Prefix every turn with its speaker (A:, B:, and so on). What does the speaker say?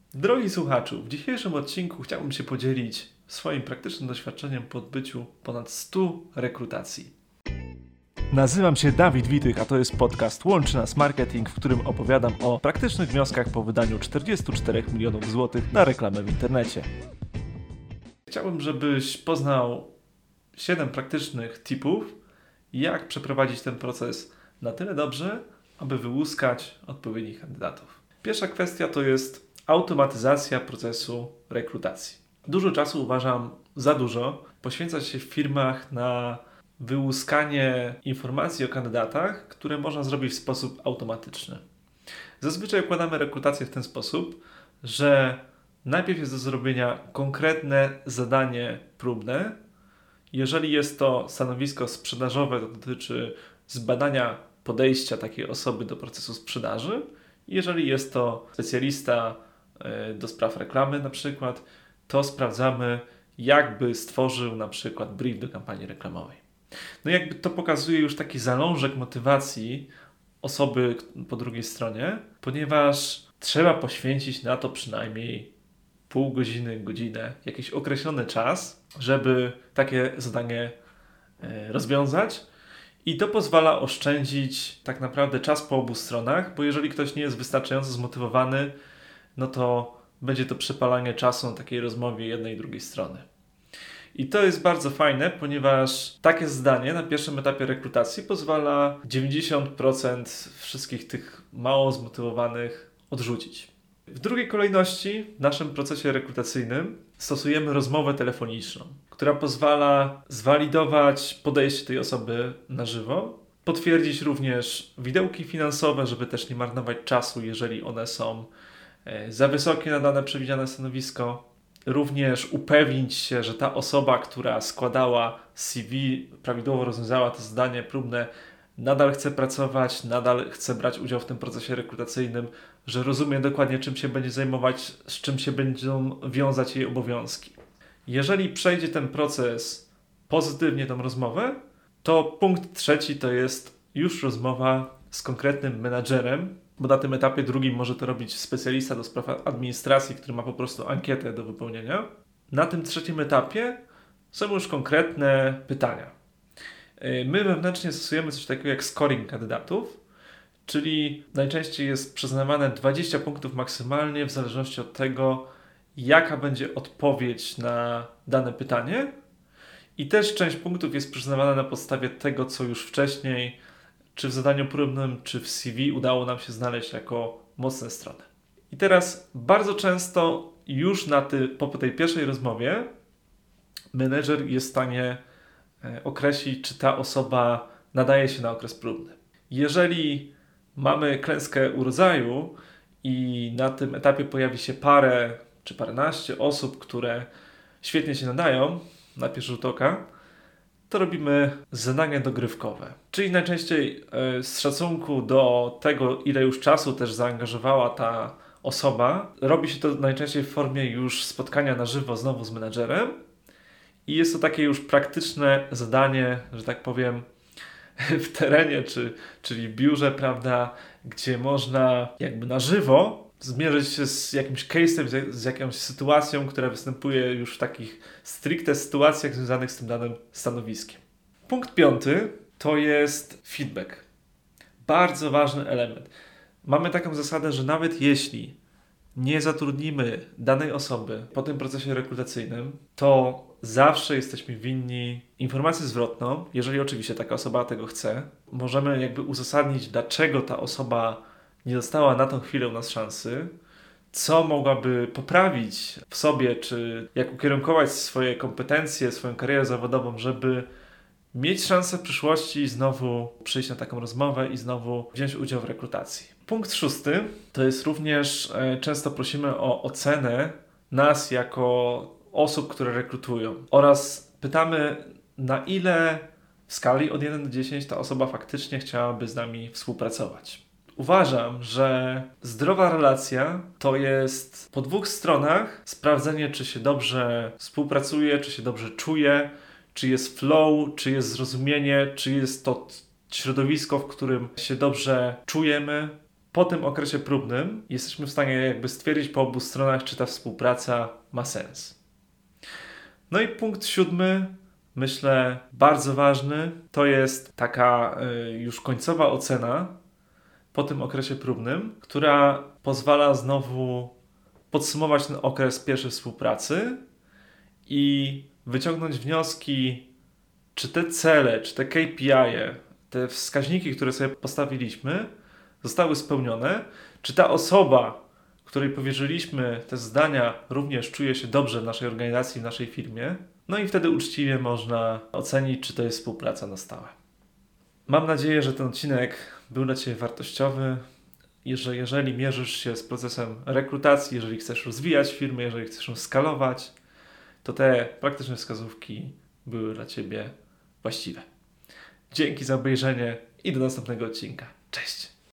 A: Drogi słuchaczu, w dzisiejszym odcinku chciałbym się podzielić swoim praktycznym doświadczeniem po odbyciu ponad 100 rekrutacji. Nazywam się Dawid Witych, a to jest podcast Łączy Nas Marketing, w którym opowiadam o praktycznych wnioskach po wydaniu 44 milionów złotych na reklamę w internecie. Chciałbym, żebyś poznał 7 praktycznych tipów, jak przeprowadzić ten proces na tyle dobrze, aby wyłuskać odpowiednich kandydatów. Pierwsza kwestia to jest automatyzacja procesu rekrutacji. Dużo czasu, uważam, za dużo poświęca się w firmach na wyłuskanie informacji o kandydatach, które można zrobić w sposób automatyczny. Zazwyczaj układamy rekrutację w ten sposób, że najpierw jest do zrobienia konkretne zadanie próbne. Jeżeli jest to stanowisko sprzedażowe, to dotyczy zbadania podejścia takiej osoby do procesu sprzedaży. Jeżeli jest to specjalista do spraw reklamy na przykład, to sprawdzamy, jakby stworzył na przykład brief do kampanii reklamowej. No jakby to pokazuje już taki zalążek motywacji osoby po drugiej stronie, ponieważ trzeba poświęcić na to przynajmniej pół godziny, godzinę, jakiś określony czas, żeby takie zadanie rozwiązać. I to pozwala oszczędzić tak naprawdę czas po obu stronach, bo jeżeli ktoś nie jest wystarczająco zmotywowany, no to będzie to przepalanie czasu na takiej rozmowie jednej i drugiej strony. I to jest bardzo fajne, ponieważ takie zdanie na pierwszym etapie rekrutacji pozwala 90% wszystkich tych mało zmotywowanych odrzucić. W drugiej kolejności w naszym procesie rekrutacyjnym stosujemy rozmowę telefoniczną, która pozwala zwalidować podejście tej osoby na żywo, potwierdzić również widełki finansowe, żeby też nie marnować czasu, jeżeli one są za wysokie na dane przewidziane stanowisko. Również upewnić się, że ta osoba, która składała CV, prawidłowo rozwiązała to zadanie próbne, nadal chce pracować, nadal chce brać udział w tym procesie rekrutacyjnym, że rozumie dokładnie, czym się będzie zajmować, z czym się będą wiązać jej obowiązki. Jeżeli przejdzie ten proces pozytywnie, tą rozmowę, to punkt trzeci to jest już rozmowa z konkretnym menadżerem, bo na tym etapie drugim może to robić specjalista do spraw administracji, który ma po prostu ankietę do wypełnienia. Na tym trzecim etapie są już konkretne pytania. My wewnętrznie stosujemy coś takiego jak scoring kandydatów, czyli najczęściej jest przyznawane 20 punktów maksymalnie w zależności od tego, jaka będzie odpowiedź na dane pytanie. I też część punktów jest przyznawana na podstawie tego, co już wcześniej, czy w zadaniu próbnym, czy w CV udało nam się znaleźć jako mocne strony. I teraz bardzo często już po tej pierwszej rozmowie menedżer jest w stanie określić, czy ta osoba nadaje się na okres próbny. Jeżeli mamy klęskę urodzaju i na tym etapie pojawi się parę czy paręnaście osób, które świetnie się nadają na pierwszy rzut oka, to robimy zadania dogrywkowe. Czyli najczęściej z szacunku do tego, ile już czasu też zaangażowała ta osoba, robi się to najczęściej w formie już spotkania na żywo znowu z menadżerem i jest to takie już praktyczne zadanie, że tak powiem, w terenie, czyli w biurze, prawda, gdzie można jakby na żywo zmierzyć się z jakimś case'em, z jakąś sytuacją, która występuje już w takich stricte sytuacjach związanych z tym danym stanowiskiem. Punkt 5 to jest feedback. Bardzo ważny element. Mamy taką zasadę, że nawet jeśli nie zatrudnimy danej osoby po tym procesie rekrutacyjnym, to zawsze jesteśmy winni informację zwrotną, jeżeli oczywiście taka osoba tego chce. Możemy jakby uzasadnić, dlaczego ta osoba nie dostała na tą chwilę u nas szansy, co mogłaby poprawić w sobie, czy jak ukierunkować swoje kompetencje, swoją karierę zawodową, żeby mieć szansę w przyszłości znowu przyjść na taką rozmowę i znowu wziąć udział w rekrutacji. Punkt 6 to jest również, często prosimy o ocenę nas jako osób, które rekrutują oraz pytamy, na ile w skali od 1 do 10 ta osoba faktycznie chciałaby z nami współpracować. Uważam, że zdrowa relacja to jest po dwóch stronach sprawdzenie, czy się dobrze współpracuje, czy się dobrze czuje, czy jest flow, czy jest zrozumienie, czy jest to środowisko, w którym się dobrze czujemy, Po tym okresie próbnym jesteśmy w stanie jakby stwierdzić po obu stronach, czy ta współpraca ma sens. No i punkt 7, myślę bardzo ważny, to jest taka już końcowa ocena po tym okresie próbnym, która pozwala znowu podsumować ten okres pierwszej współpracy i wyciągnąć wnioski, czy te cele, czy te KPI, te wskaźniki, które sobie postawiliśmy, zostały spełnione, czy ta osoba, której powierzyliśmy te zadania, również czuje się dobrze w naszej organizacji, w naszej firmie. No i wtedy uczciwie można ocenić, czy to jest współpraca na stałe. Mam nadzieję, że ten odcinek był dla Ciebie wartościowy. Jeżeli mierzysz się z procesem rekrutacji, jeżeli chcesz rozwijać firmę, jeżeli chcesz ją skalować, to te praktyczne wskazówki były dla Ciebie właściwe. Dzięki za obejrzenie i do następnego odcinka. Cześć!